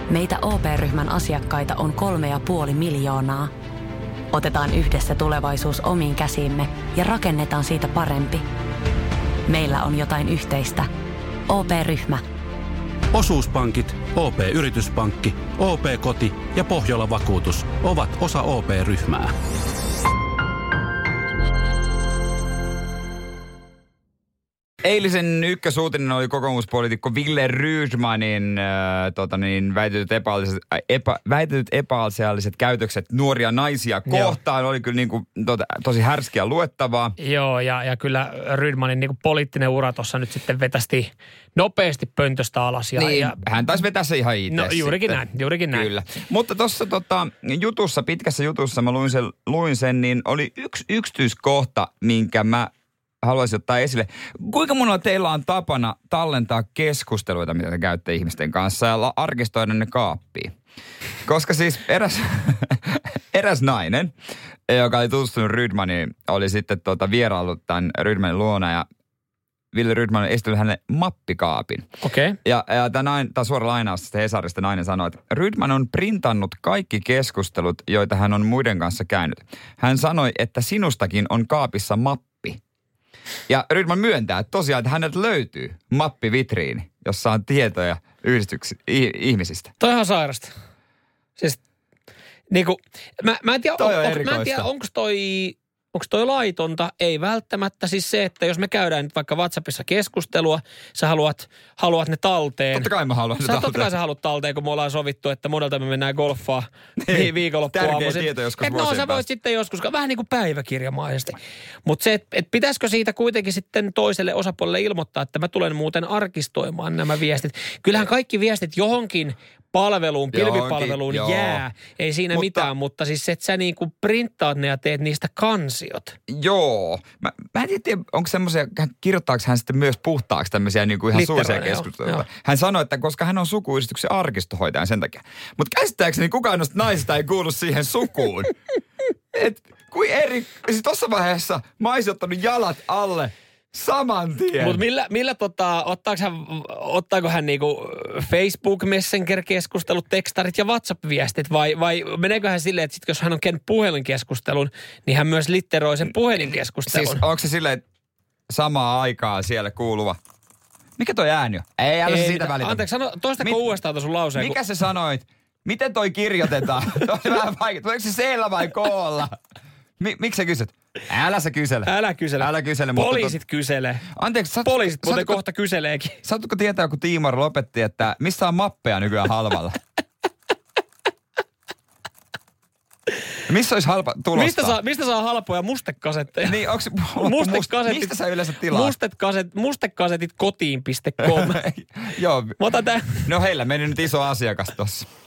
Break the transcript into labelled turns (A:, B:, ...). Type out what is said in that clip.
A: Meitä OP-ryhmän asiakkaita on 3,5 miljoonaa. Otetaan yhdessä tulevaisuus omiin käsiimme ja rakennetaan siitä parempi. Meillä on jotain yhteistä. OP-ryhmä.
B: Osuuspankit, OP-yrityspankki, OP-koti ja Pohjola-vakuutus ovat osa OP-ryhmää.
C: Eilisen ykkösuutinen oli kokoomuspoliitikko Wille Rydmanin väitetyt epäasialliset käytökset nuoria naisia kohtaan. Oli kyllä tosi härskiä luettavaa.
D: Joo, ja kyllä Rydmanin poliittinen ura tuossa nyt sitten vetästi nopeasti pöntöstä alas.
C: Hän taisi vetää se ihan itse.
D: No juurikin näin.
C: Kyllä. Mutta tuossa pitkässä jutussa mä luin sen, niin oli yksi yksityiskohta, minkä mä haluaisin ottaa esille. Kuinka monella teillä on tapana tallentaa keskusteluita, mitä te käytte ihmisten kanssa ja arkistoida ne kaappiin? Koska siis eräs nainen, joka oli tutustunut Rydmaniin, oli sitten vieraillut tämän Rydmanin luona ja Wille Rydman on esitellyt hänelle mappikaapin.
D: Okei.
C: Ja tämä suora lainaus tästä Hesarista nainen sanoi, että Rydman on printannut kaikki keskustelut, joita hän on muiden kanssa käynyt. Hän sanoi, että sinustakin on kaapissa mappi. Ja Rydman myöntää, että tosiaan, että häneltä löytyy mappivitriini, jossa on tietoja ihmisistä.
D: Toi on ihan sairasta. Siis, mä en tiedä, onko toi laitonta? Ei välttämättä. Siis se, että jos me käydään nyt vaikka WhatsAppissa keskustelua, sä haluat ne talteen.
C: Totta kai mä haluan ne talteen.
D: Totta kai sä haluat talteen, kun me ollaan sovittu, että monelta me mennään golfaa viikonloppuaamuisin.
C: Tärkeä tieto joskus vuosien
D: sä voit sitten joskus, vähän niin kuin päiväkirjamaisesti. Mutta se, että pitäisikö siitä kuitenkin sitten toiselle osapuolelle ilmoittaa, että mä tulen muuten arkistoimaan nämä viestit. Kyllähän kaikki viestit johonkin palveluun, pilvipalveluun jää. Ei siinä mitään, mutta siis että sä niinku printtaat ne ja teet niistä kansiot.
C: Joo. Mä en tiedä, onko semmoisia, kirjoittaako hän sitten myös puhtaaksi tämmöisiä niinku ihan suosia keskusteluja. Hän sanoi, että koska hän on sukuyhdistyksen arkistohoitajan sen takia. Mutta käsittääkseni kukaan noista naisista ei kuulu siihen sukuun. Siis tossa vaiheessa mä olisin ottanut jalat alle saman tien.
D: Mutta ottaako hän niinku Facebook Messenger-keskustelut, tekstarit ja WhatsApp-viestit vai meneekö hän silleen, että sit, jos hän on käynyt puhelinkeskustelun, niin hän myös litteroi sen puhelinkeskustelun?
C: Siis onko se silleen, että samaa aikaa siellä kuuluva? Mikä toi ääni on? Ei, älä siitä välitä.
D: Anteeksi, toistako uudestaan tuon sun lauseen?
C: Mikä sä sanoit? Miten toi kirjoitetaan? Toi on vähän vaikea. Tuleeko se C-llä vai K-lla? Miksi sä kysyt? Älä kysele. Älä kysele.
D: Poliisit kyselee.
C: Anteeksi.
D: Poliisit muuten kohta kyseleekin.
C: Saatko tietää, kun Tiimar lopetti, että missä on mappeja nykyään halvalla? Missä olisi halpa tulostaa?
D: Mistä saa halpoja mustekasetteja?
C: Niin, mistä sä yleensä tilaat?
D: Mustekasetit kotiin.com.
C: Joo. No heillä meni nyt iso asiakas tossa.